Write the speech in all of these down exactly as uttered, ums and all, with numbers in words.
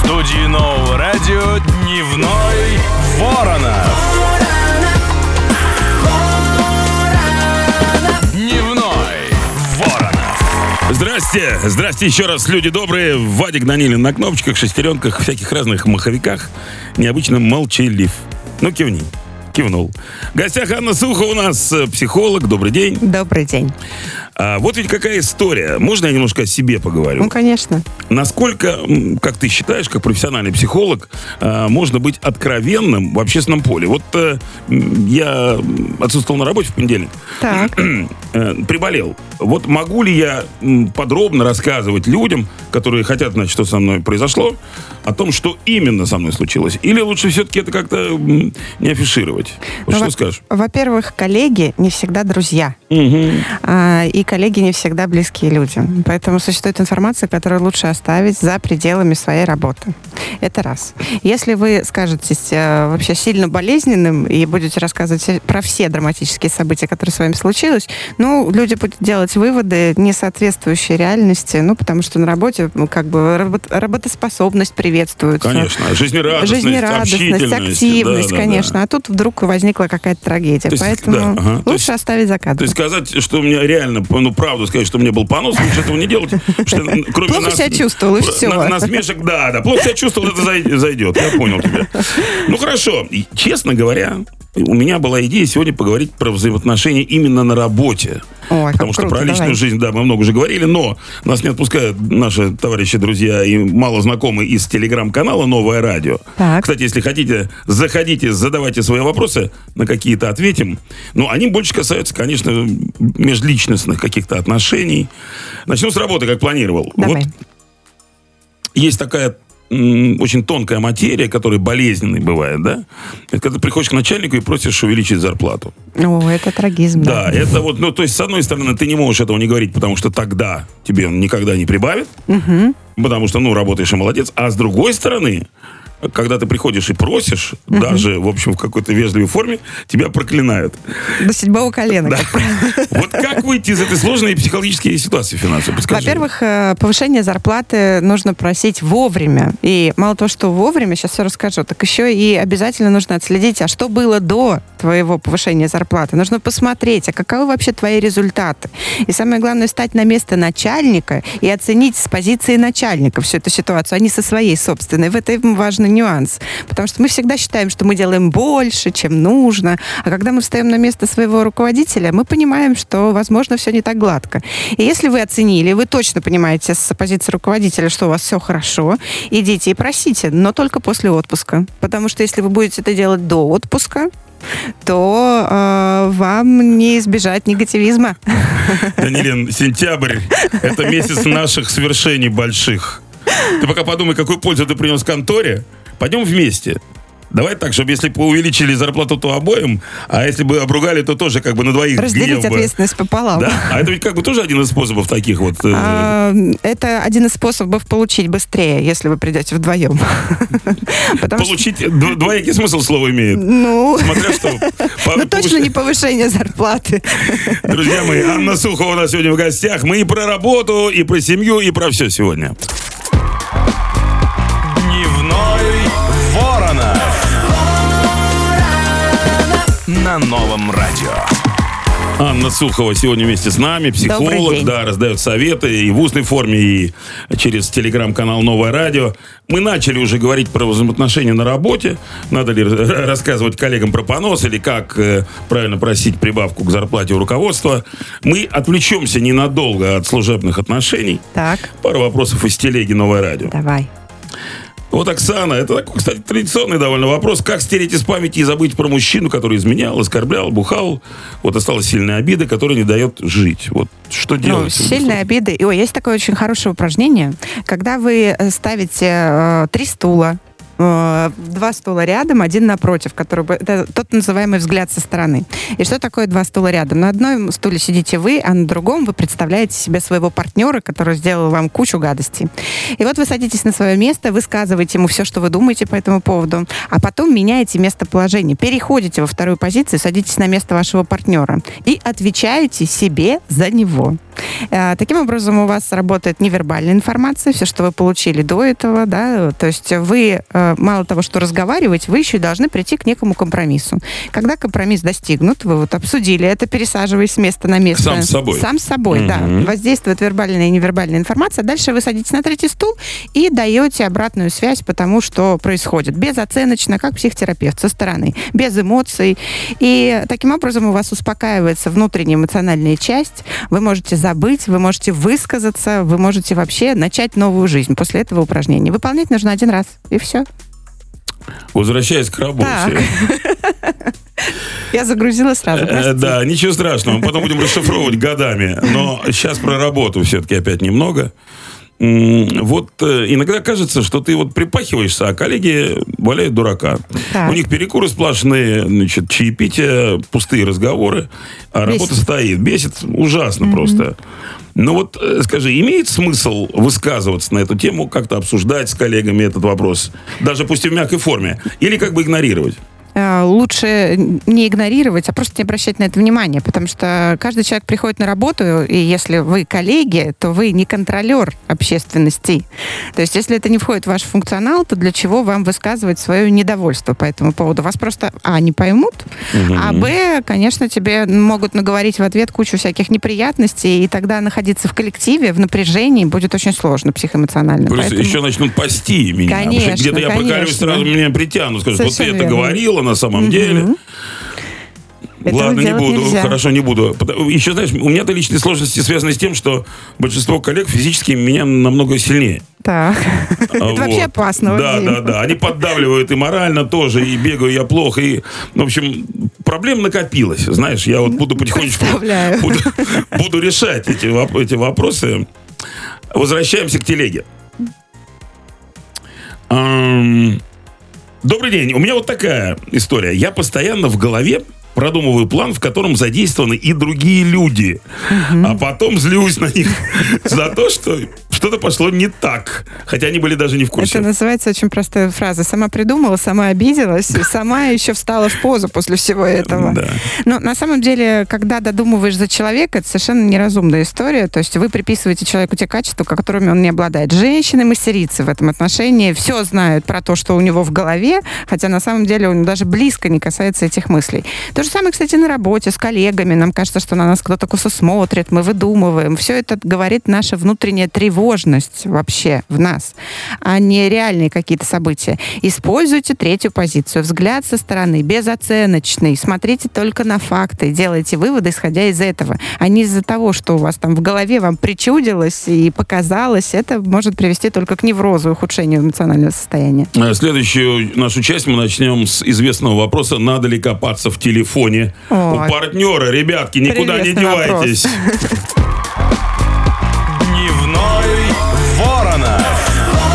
студии Нового радио Дневной Воронов. Дневной Воронов. Здрасте, здрасте еще раз, люди добрые. Вадик Данилин на кнопочках, шестеренках, всяких разных маховиках. Необычно молчалив. Ну, кивни. Кивнул. В гостях Анна Сухова у нас, психолог. Добрый день. Добрый день. А вот ведь какая история. Можно я немножко о себе поговорю? Ну, конечно. Насколько, как ты считаешь, как профессиональный психолог, можно быть откровенным в общественном поле? Вот я отсутствовал на работе в понедельник. Так. Приболел. Вот могу ли я подробно рассказывать людям, которые хотят знать, что со мной произошло, о том, что именно со мной случилось? Или лучше все-таки это как-то не афишировать? Вот ну, что во- скажешь? Во-первых, коллеги не всегда друзья. Угу. А, и коллеги не всегда близкие люди. Поэтому существует информация, которую лучше оставить за пределами своей работы. Это раз. Если вы скажетесь э, вообще сильно болезненным и будете рассказывать про все драматические события, которые с вами случились, ну, люди будут делать выводы, не соответствующие реальности, ну, потому что на работе, ну, как бы работ- работоспособность приветствуется. Конечно. Жизнерадостность, Жизнерадостность, общительность. активность, Да, да, конечно. да. А тут вдруг возникла какая-то трагедия. То есть, Поэтому да, ага. То лучше есть- оставить за кадром. То есть сказать, что у меня реально, ну, правду сказать, что у меня был понос, лучше этого не делать. Потому что, кроме Плохо нас- себя чувствовал, и все. на- насмешек, да, да. Плохо себя чувствовал, это зай- зайдет. Я понял тебя. Ну, хорошо. И, честно говоря, у меня была идея сегодня поговорить про взаимоотношения именно на работе. Ой, как Потому что круто, про личную давай. жизнь, да, мы много уже говорили, но нас не отпускают наши товарищи, друзья и мало знакомые из телеграм-канала «Новое радио». Так. Кстати, если хотите, заходите, задавайте свои вопросы, на какие-то ответим. Но они больше касаются, конечно, межличностных каких-то отношений. Начну с работы, как планировал. Давай. Вот есть такая м, очень тонкая материя, которая болезненной бывает, да? Это когда ты приходишь к начальнику и просишь увеличить зарплату. О, это трагизм, да. Да, это вот, ну, то есть, с одной стороны, ты не можешь этого не говорить, потому что тогда тебе он никогда не прибавит, потому что, ну, работаешь и молодец. А с другой стороны, когда ты приходишь и просишь, даже, в общем, в какой-то вежливой форме, тебя проклинают. До седьмого колена. Да. как правило. Вот как выйти из этой сложной психологической ситуации финансовой? Подскажи. Во-первых, э, повышение зарплаты нужно просить вовремя. И мало того, что вовремя, сейчас все расскажу, так еще и обязательно нужно отследить, а что было до твоего повышения зарплаты. Нужно посмотреть, а каковы вообще твои результаты. И самое главное, встать на место начальника и оценить с позиции начальника всю эту ситуацию, а не со своей собственной. В этом важный нюанс. Потому что мы всегда считаем, что мы делаем больше, чем нужно. А когда мы встаем на место своего руководителя, мы понимаем, что, возможно, все не так гладко. И если вы оценили, вы точно понимаете с позиции руководителя, что у вас все хорошо, идите и просите, но только после отпуска. Потому что если вы будете это делать до отпуска, то э, вам не избежать негативизма. Данилин, сентябрь – это месяц наших свершений больших. Ты пока подумай, какую пользу ты принес конторе. Пойдем вместе. Давай так, чтобы если бы увеличили зарплату, то обоим, а если бы обругали, то тоже как бы на двоих Разделить гнев бы. ответственность пополам. Да? А это ведь как бы тоже один из способов таких вот. э, А, это один из способов получить быстрее, если вы придете вдвоем. Потому что, Получить дв- двоякий смысл слова имеет. ну, Смотря что. По- ну, точно повыш- не повышение зарплаты. Друзья мои, Анна Сухова у нас сегодня в гостях. Мы и про работу, и про семью, и про все сегодня. Дневной Воронов. На Новом радио. Анна Сухова сегодня вместе с нами, Добрый психолог, день. да, раздает советы и в устной форме, и через телеграм-канал «Новое радио». Мы начали уже говорить про взаимоотношения на работе. Надо ли р- рассказывать коллегам про понос или как э, правильно просить прибавку к зарплате у руководства. Мы отвлечемся ненадолго от служебных отношений. Так, Пару вопросов из телеги «Новое радио». давай. Вот, Оксана, это такой, кстати, традиционный довольно вопрос. Как стереть из памяти и забыть про мужчину, который изменял, оскорблял, бухал? Вот осталась сильная обида, которая не дает жить. Вот что Ну, делать? сильные обиды. И, ой, есть такое очень хорошее упражнение. Когда вы э, ставите э, три стула, э, два стула рядом, один напротив, который бы, это тот называемый взгляд со стороны. И что такое два стула рядом? На одном стуле сидите вы, а на другом вы представляете себе своего партнера, который сделал вам кучу гадостей. И вот вы садитесь на свое место, высказываете ему все, что вы думаете по этому поводу, а потом меняете местоположение, переходите во вторую позицию, садитесь на место вашего партнера и отвечаете себе за него. Э, Таким образом, у вас работает невербальная информация, все, что вы получили до этого, да, то есть вы э, мало того, что разговариваете, вы еще и должны прийти к некому компромиссу. Когда компромисс достигнут, вы вот обсудили это, пересаживаясь с места на место. Сам с собой. Сам с собой, mm-hmm. да. Воздействует вербальная и невербальная информация. Дальше вы садитесь на третий стул и даете обратную связь по тому, что происходит. Безоценочно, как психотерапевт, со стороны. Без эмоций. И таким образом у вас успокаивается внутренняя эмоциональная часть. Вы можете забыть, вы можете высказаться, вы можете вообще начать новую жизнь после этого упражнения. Выполнять нужно один раз, и все. Возвращаясь к работе. Я загрузила сразу. Э, да, ничего страшного. Потом будем расшифровывать годами. Но сейчас про работу все-таки опять немного. Вот э, иногда кажется, что ты вот припахиваешься, а коллеги валяют дурака. Так. У них перекуры сплошные, значит, чаепития, пустые разговоры, а Бесит. Работа стоит. Бесит ужасно mm-hmm. просто. Но вот э, скажи, имеет смысл высказываться на эту тему, как-то обсуждать с коллегами этот вопрос, даже пусть и в мягкой форме, или как бы игнорировать? Лучше не игнорировать, а просто не обращать на это внимание, потому что каждый человек приходит на работу, и если вы коллеги, то вы не контролер общественности. То есть, если это не входит в ваш функционал, то для чего вам высказывать свое недовольство по этому поводу? Вас просто, а, не поймут, угу. а, б, конечно, тебе могут наговорить в ответ кучу всяких неприятностей, и тогда находиться в коллективе, в напряжении будет очень сложно психоэмоционально. Плюс Поэтому... еще начнут пасти меня. Конечно, потому что где-то я конечно. покалюсь, сразу меня притянут. Скажут, вот ты это верно. говорила на самом угу. деле. Этого Ладно, не буду, нельзя. хорошо, не буду. Еще, знаешь, у меня-то личные сложности связаны с тем, что большинство коллег физически меня намного сильнее. Так. Это вот. вообще опасно. Да, да, да. Они поддавливают и морально тоже, и бегаю я плохо. И, в общем, проблем накопилось. Знаешь, я вот буду потихонечку буду, буду решать эти, эти вопросы. Возвращаемся к телеге. Эм, добрый день. У меня вот такая история. Я постоянно в голове продумываю план, в котором задействованы и другие люди. Угу. А потом злюсь на них за то, что что-то пошло не так. Хотя они были даже не в курсе. Это называется очень простая фраза. Сама придумала, сама обиделась, сама еще встала в позу после всего этого. Да. Но на самом деле, когда додумываешь за человека, это совершенно неразумная история. То есть вы приписываете человеку те качества, которыми он не обладает. Женщины-мастерицы в этом отношении все знают про то, что у него в голове, хотя на самом деле он даже близко не касается этих мыслей. То же самое, кстати, на работе, с коллегами. Нам кажется, что на нас кто-то косо смотрит, мы выдумываем. Все это говорит наша внутренняя тревожность вообще в нас, а не реальные какие-то события. Используйте третью позицию. Взгляд со стороны, безоценочный. Смотрите только на факты. Делайте выводы, исходя из этого. А не из-за того, что у вас там в голове вам причудилось и показалось. Это может привести только к неврозу, ухудшению эмоционального состояния. Следующую нашу часть мы начнем с известного вопроса: надо ли копаться в телефоне О, у партнера? Ребятки, никуда не девайтесь. Дневной Воронов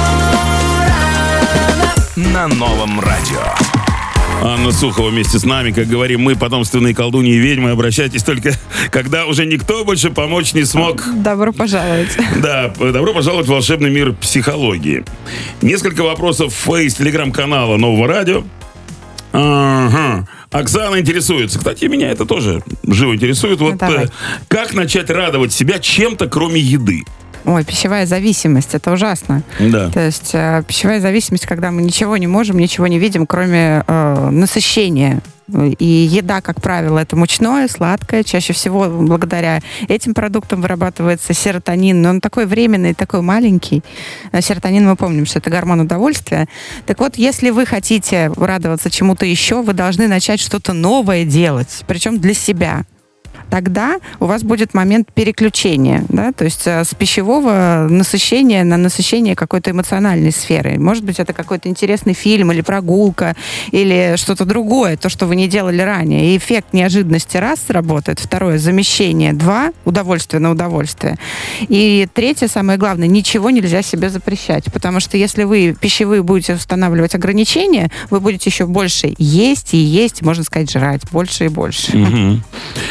на Новом радио. Анна Сухова вместе с нами, как говорим мы, потомственные колдуньи и ведьмы. Обращайтесь только, когда уже никто больше помочь не смог. Добро пожаловать. Да, добро пожаловать в волшебный мир психологии. Несколько вопросов из телеграм-канала Нового радио. Ага. Оксана интересуется. Кстати, меня это тоже живо интересует. Вот ну, э, как начать радовать себя чем-то, кроме еды? Ой, пищевая зависимость, это ужасно. Да. То есть э, пищевая зависимость, когда мы ничего не можем, ничего не видим, кроме э, насыщения. И еда, как правило, это мучное, сладкое. Чаще всего благодаря этим продуктам вырабатывается серотонин. Но он такой временный, такой маленький. Серотонин, мы помним, что это гормон удовольствия. Так вот, если вы хотите радоваться чему-то еще, вы должны начать что-то новое делать. Причем для себя. Тогда у вас будет момент переключения, да, то есть с пищевого насыщения на насыщение какой-то эмоциональной сферы. Может быть, это какой-то интересный фильм или прогулка, или что-то другое, то, что вы не делали ранее. И эффект неожиданности раз сработает, второе — замещение, два — удовольствие на удовольствие. И третье, самое главное, ничего нельзя себе запрещать, потому что если вы пищевые будете устанавливать ограничения, вы будете еще больше есть и есть, можно сказать, жрать, больше и больше. Угу. Возвращаясь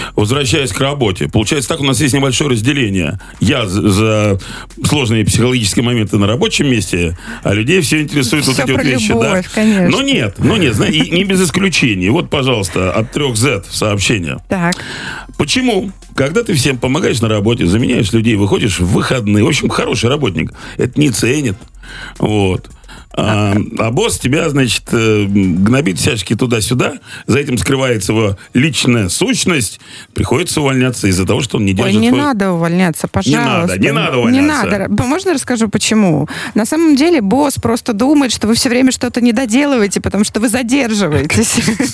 возвращаясь к работе, получается так, у нас есть небольшое разделение. Я за, за сложные психологические моменты на рабочем месте, а людей все интересует Все вот эти про вот вещи. любовь, Да? конечно. Но нет, но нет, знаете, и не без исключений. Вот, пожалуйста, от трех зет сообщение. Так. Почему? Когда ты всем помогаешь на работе, заменяешь людей, выходишь в выходные, в общем, хороший работник, это не ценит. Вот. А, а босс тебя, значит, гнобит всячески туда-сюда, за этим скрывается его личная сущность, приходится увольняться из-за того, что он не держит... Ой, не свой... надо увольняться, пожалуйста. Не надо, не надо увольняться. Не надо. Можно расскажу, почему? На самом деле босс просто думает, что вы все время что-то не доделываете, потому что вы задерживаетесь.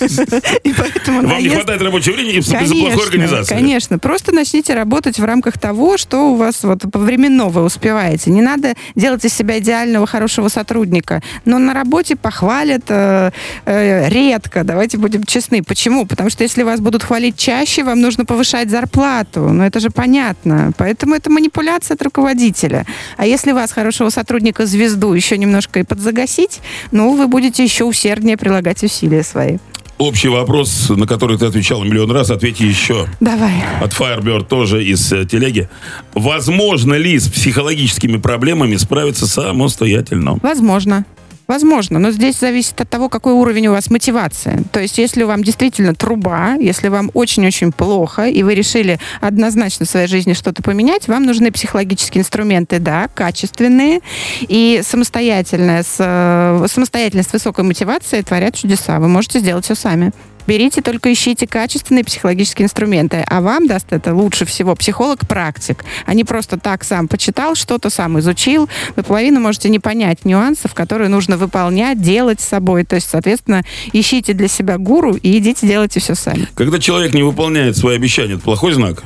И поэтому Вам не хватает рабочего времени из-за плохой организации. Конечно. Просто начните работать в рамках того, что у вас вот временно вы успеваете. Не надо делать из себя идеального, хорошего сотрудника. Но на работе похвалят э, э, редко. Давайте будем честны. Почему? Потому что если вас будут хвалить чаще, вам нужно повышать зарплату. Ну, это же понятно. Поэтому это манипуляция от руководителя. А если вас, хорошего сотрудника, звезду, еще немножко и подзагасить, ну, вы будете еще усерднее прилагать усилия свои. Общий вопрос, на который ты отвечал миллион раз, ответи еще. Давай. От Firebird тоже из э, телеги. Возможно ли с психологическими проблемами справиться самостоятельно? Возможно. Возможно, но здесь зависит от того, какой уровень у вас мотивации. То есть, если вам действительно труба, если вам очень-очень плохо, и вы решили однозначно в своей жизни что-то поменять, вам нужны психологические инструменты, да, качественные, и самостоятельная, с, самостоятельность с высокой мотивацией творят чудеса. Вы можете сделать все сами. Берите, только ищите качественные психологические инструменты. А вам даст это лучше всего психолог-практик. А не просто так сам почитал, что-то сам изучил. Вы половину можете не понять нюансов, которые нужно выполнять, делать с собой. То есть, соответственно, ищите для себя гуру и идите, делайте все сами. Когда человек не выполняет свои обещания, это плохой знак?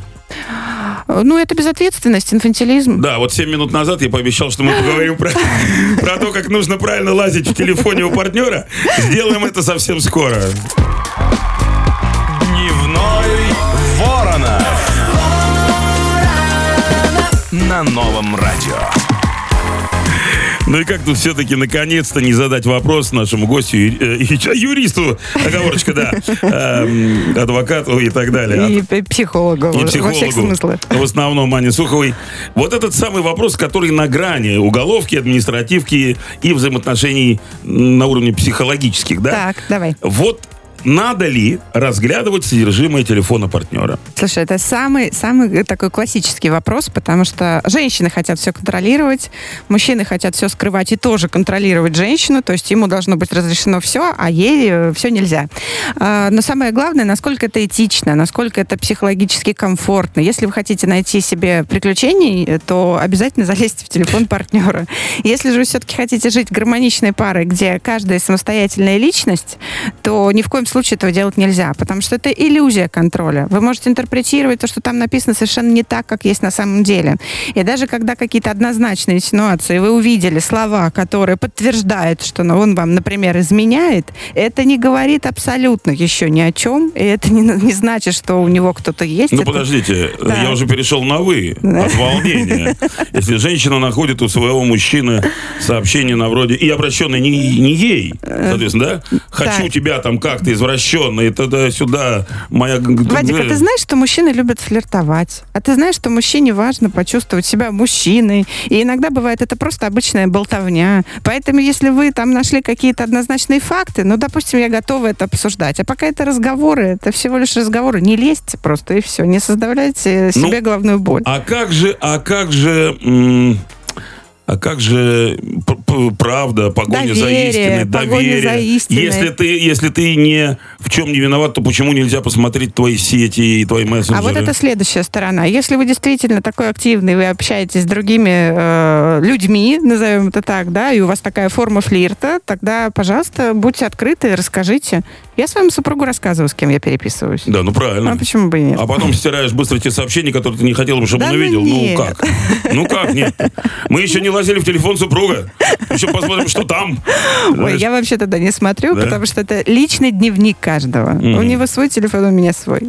Ну, это безответственность, инфантилизм. Да, вот семь минут назад я пообещал, что мы поговорим про, про то, как нужно правильно лазить в телефоне у партнера. Сделаем это совсем скоро. Дневной Воронов на Новом радио. Ну и как тут все-таки наконец-то не задать вопрос нашему гостю, ю- э, юристу, оговорочка, да, эм, адвокату и так далее. И п- психологу, И во всех психологу, смыслах. в основном Ане Суховой. Вот этот самый вопрос, который на грани уголовки, административки и взаимоотношений на уровне психологических, да? Так, давай. Вот надо ли разглядывать содержимое телефона партнера? Слушай, это самый, самый такой классический вопрос, потому что женщины хотят все контролировать, мужчины хотят все скрывать и тоже контролировать женщину, то есть ему должно быть разрешено все, а ей все нельзя. А, но самое главное, насколько это этично, насколько это психологически комфортно. Если вы хотите найти себе приключений, то обязательно залезьте в телефон партнера. Если же вы все-таки хотите жить гармоничной парой, где каждая самостоятельная личность, то ни в коем случае этого делать нельзя, потому что это иллюзия контроля. Вы можете интерпретировать то, что там написано, совершенно не так, как есть на самом деле. И даже когда какие-то однозначные ситуации, вы увидели слова, которые подтверждают, что он вам, например, изменяет, это не говорит абсолютно еще ни о чем, и это не, не значит, что у него кто-то есть. Ну, это... подождите, Да. я уже перешел на «вы» Да. от волнения. Если женщина находит у своего мужчины сообщение на вроде, и обращенное не, не ей, соответственно, да? «Хочу Так. тебя там как-то извращенно, и туда-сюда, моя...» Вадик, а ты знаешь, что мужчины любят флиртовать? А ты знаешь, что мужчине важно почувствовать себя мужчиной? И иногда бывает это просто обычная болтовня. Поэтому, если вы там нашли какие-то однозначные факты, ну, допустим, я готова это обсуждать. А пока это разговоры, это всего лишь разговоры. Не лезьте просто, и все. Не создавайте себе Ну, головную боль. А как же, а как же... м- А как же п- п- правда, погоня за Доверие, истиной, погоня доверие? за истиной. Если ты, если ты не в чем не виноват, то почему нельзя посмотреть твои сети и твои мессенджеры? А вот это следующая сторона. Если вы действительно такой активный, вы общаетесь с другими э, людьми, назовем это так, да, и у вас такая форма флирта, тогда, пожалуйста, будьте открыты, расскажите. Я своему супругу рассказываю, с кем я переписываюсь. Да, ну правильно. А почему бы и нет? А потом стираешь быстро те сообщения, которые ты не хотел бы, чтобы Да он ну увидел. нет. Ну как? Ну как нет? Мы еще не лазили в телефон супруга. Еще посмотрим, что там. Ой, Знаешь? я вообще туда не смотрю, Да? потому что это личный дневник каждого. Мгм. У него свой телефон, у меня свой.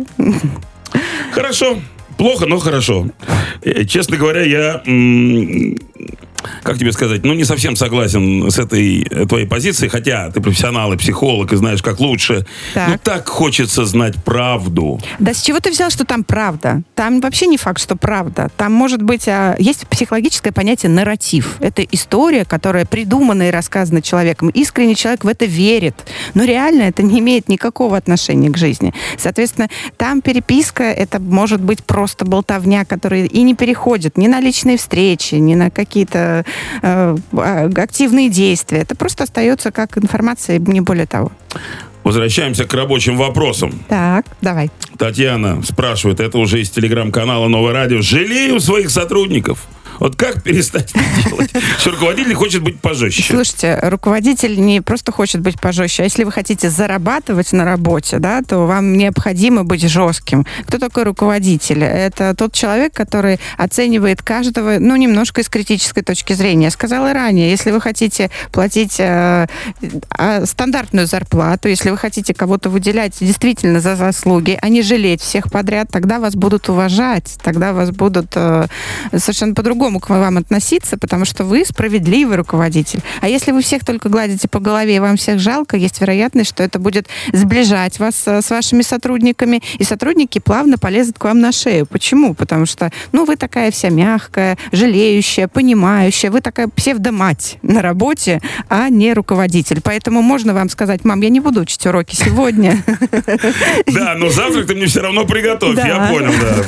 Хорошо. Плохо, но хорошо. Э, Честно говоря, я м, как тебе сказать, ну, не совсем согласен с этой твоей позицией, хотя ты профессионал и психолог, и знаешь, как лучше. Так. Ну, так хочется знать правду. Да с чего ты взял, что там правда? Там вообще не факт, что правда. Там может быть... А, есть психологическое понятие нарратив. Это история, которая придумана и рассказана человеком. Искренне человек в это верит. Но реально это не имеет никакого отношения к жизни. Соответственно, там переписка, это может быть просто болтовня, которая и не переходит ни на личные встречи, ни на какие-то э, активные действия. Это просто остается как информация, не более того. Возвращаемся к рабочим вопросам. Так, давай. Татьяна спрашивает, это уже из телеграм-канала «Новое радио». Жалею своих сотрудников. Вот как перестать это делать? Что руководитель хочет быть пожестче. Слушайте, руководитель не просто хочет быть пожестче, а если вы хотите зарабатывать на работе, да, то вам необходимо быть жестким. Кто такой руководитель? Это тот человек, который оценивает каждого, ну, немножко из критической точки зрения. Я сказала ранее, если вы хотите платить э, э, стандартную зарплату, если вы хотите кого-то выделять действительно за заслуги, а не жалеть всех подряд, тогда вас будут уважать, тогда вас будут э, совершенно по-другому к вам относиться, потому что вы справедливый руководитель. А если вы всех только гладите по голове и вам всех жалко, есть вероятность, что это будет сближать вас с вашими сотрудниками, и сотрудники плавно полезут к вам на шею. Почему? Потому что, ну, вы такая вся мягкая, жалеющая, понимающая, вы такая псевдомать на работе, а не руководитель. Поэтому можно вам сказать: мам, я не буду учить уроки сегодня. Да, но завтрак ты мне все равно приготовь, я понял, да.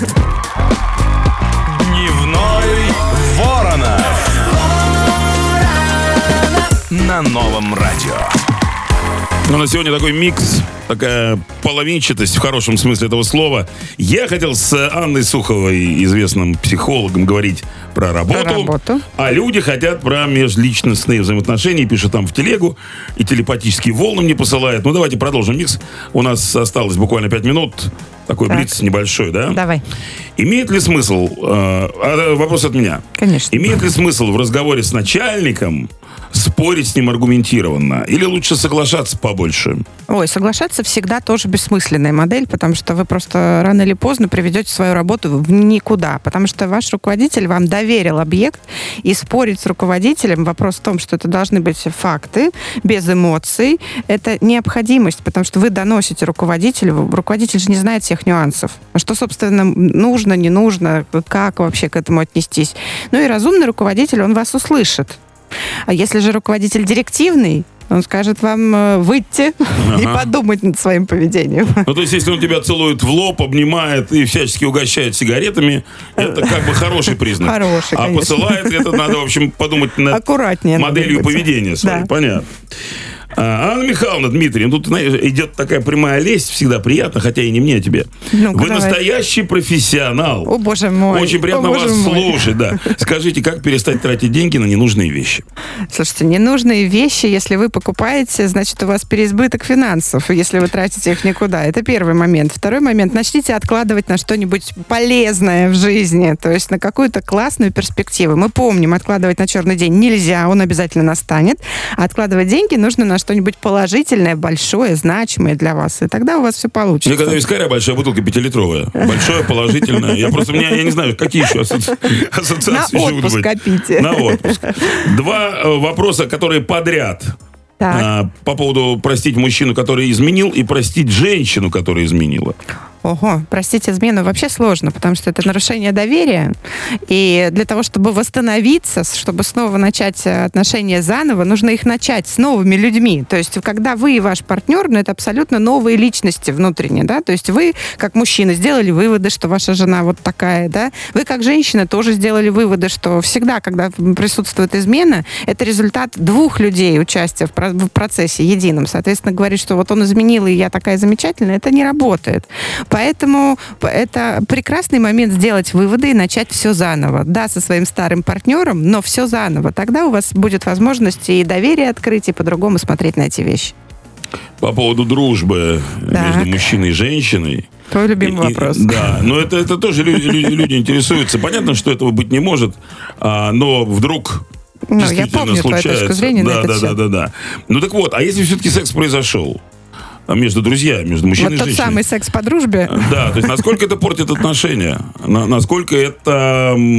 Дневной Воронов на Новом радио. Ну, на сегодня такой микс, такая половинчатость в хорошем смысле этого слова. Я хотел с Анной Суховой, известным психологом, говорить про работу, Про работу. а люди хотят про межличностные взаимоотношения, пишут там в телегу, и телепатические волны мне посылают. Ну, давайте продолжим микс. У нас осталось буквально пять минут. Такой Так. блиц небольшой, да? Давай. Имеет ли смысл, э, а, вопрос от меня. Конечно. Имеет ли смысл в разговоре с начальником спорить с ним аргументированно? Или лучше соглашаться побольше? Ой, соглашаться всегда тоже бессмысленная модель, потому что вы просто рано или поздно приведете свою работу в никуда. Потому что ваш руководитель вам доверил объект, и спорить с руководителем, вопрос в том, что это должны быть факты, без эмоций, это необходимость, потому что вы доносите руководителю, руководитель же не знает всех нюансов. Что, собственно, нужно, не нужно, как вообще к этому отнестись. Ну и разумный руководитель, он вас услышит. А если же руководитель директивный, он скажет вам э, выйти ага. и подумать над своим поведением. Ну, то есть, если он тебя целует в лоб, обнимает и всячески угощает сигаретами, это как бы хороший признак. Хороший, а конечно. посылает, это надо, в общем, подумать над Аккуратнее моделью поведения своей. Да. Понятно. А, Анна Михайловна, Дмитрий, ну, тут, знаешь, идет такая прямая лесть, всегда приятно, хотя и не мне, а тебе. Ну-ка, Вы давай. Настоящий профессионал. О, боже мой. Очень приятно О, вас боже мой. слушать, да. Скажите, как перестать тратить деньги на ненужные вещи? Слушайте, ненужные вещи, если вы покупаете, значит, у вас переизбыток финансов, если вы тратите их никуда. Это первый момент. Второй момент. Начните откладывать на что-нибудь полезное в жизни, то есть на какую-то классную перспективу. Мы помним, откладывать на черный день нельзя, он обязательно настанет. А откладывать деньги нужно на что-нибудь положительное, большое, значимое для вас. И тогда у вас все получится. Мне когда вискаря большая бутылка пятилитровая. Большое, положительное. Я просто, у меня, я не знаю, какие еще асоци... ассоциации на живут отпуск быть. копите. На отпуск. Два э, вопроса, которые подряд. А, по поводу простить мужчину, который изменил, и простить женщину, которая изменила. Ого, простить измену вообще сложно, потому что это нарушение доверия. И для того, чтобы восстановиться, чтобы снова начать отношения заново, нужно их начать с новыми людьми. То есть, когда вы и ваш партнер, ну, это абсолютно новые личности внутренние, да. То есть, вы, как мужчина, сделали выводы, что ваша жена вот такая, да. Вы, как женщина, тоже сделали выводы, что всегда, когда присутствует измена, это результат двух людей участия в процессе едином. Соответственно, говорить, что вот он изменил, и я такая замечательная, это не работает. Поэтому это прекрасный момент сделать выводы и начать все заново. Да, со своим старым партнером, но все заново. Тогда у вас будет возможность и доверие открыть, и по-другому смотреть на эти вещи. По поводу дружбы так. между мужчиной и женщиной. Твой любимый и, вопрос. И, да, но это, это тоже люди, люди, люди интересуются. Понятно, что этого быть не может, а, но вдруг... Ну, я помню случается. твою точку зрения да, на это да, все. да, да, да. Ну так вот, а если все-таки секс произошел между друзьями, между мужчиной вот и женщиной? Вот тот самый секс по дружбе? Да, то есть насколько это портит отношения? На, насколько это...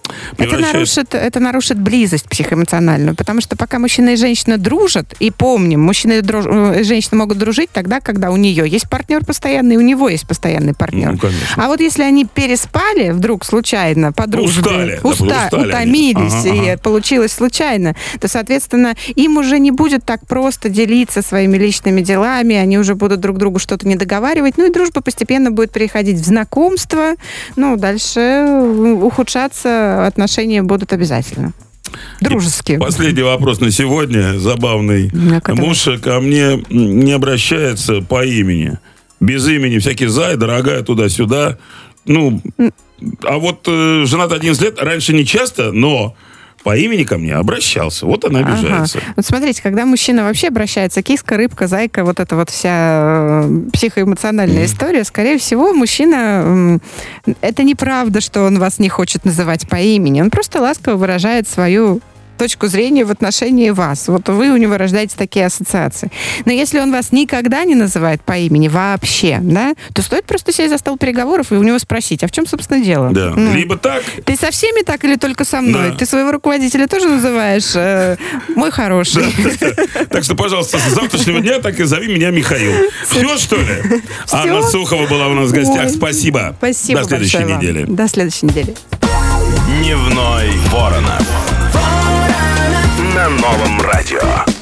Это нарушит, это нарушит близость психоэмоциональную, потому что пока мужчина и женщина дружат, и помним, мужчина и, друж... и женщина могут дружить тогда, когда у нее есть партнер постоянный, и у него есть постоянный партнер. Ну, а вот если они переспали вдруг случайно по дружбе, устали, уста... да, устали утомились, ага, и ага. получилось случайно, то, соответственно, им уже не будет так просто делиться своими личными делами, они уже будут друг другу что-то не договаривать, ну и дружба постепенно будет переходить в знакомство, ну, дальше ухудшаться отношения будут обязательно. Дружеские. И последний вопрос на сегодня, забавный. Муж ко мне не обращается по имени. Без имени, всякий зай, дорогая, туда-сюда. Ну, а вот э, женат одиннадцать лет, раньше не часто, но по имени ко мне обращался. Вот она обижается. Ага. Вот смотрите, когда мужчина вообще обращается, киска, рыбка, зайка, вот эта вот вся психоэмоциональная mm. история, скорее всего, мужчина... Это неправда, что он вас не хочет называть по имени. Он просто ласково выражает свою точку зрения в отношении вас. Вот вы у него рождаете такие ассоциации. Но если он вас никогда не называет по имени вообще, да, то стоит просто сесть за стол переговоров и у него спросить, а в чем, собственно, дело? Да. Ну, либо так. Ты со всеми так или только со мной? Да. Ты своего руководителя тоже называешь э, мой хороший? Так что, пожалуйста, с завтрашнего дня так и зови меня Михаил. Все, что ли? Анна Сухова была у нас в гостях. Спасибо. Спасибо. До следующей недели. До следующей недели. Дневной Воронов. На новом радио.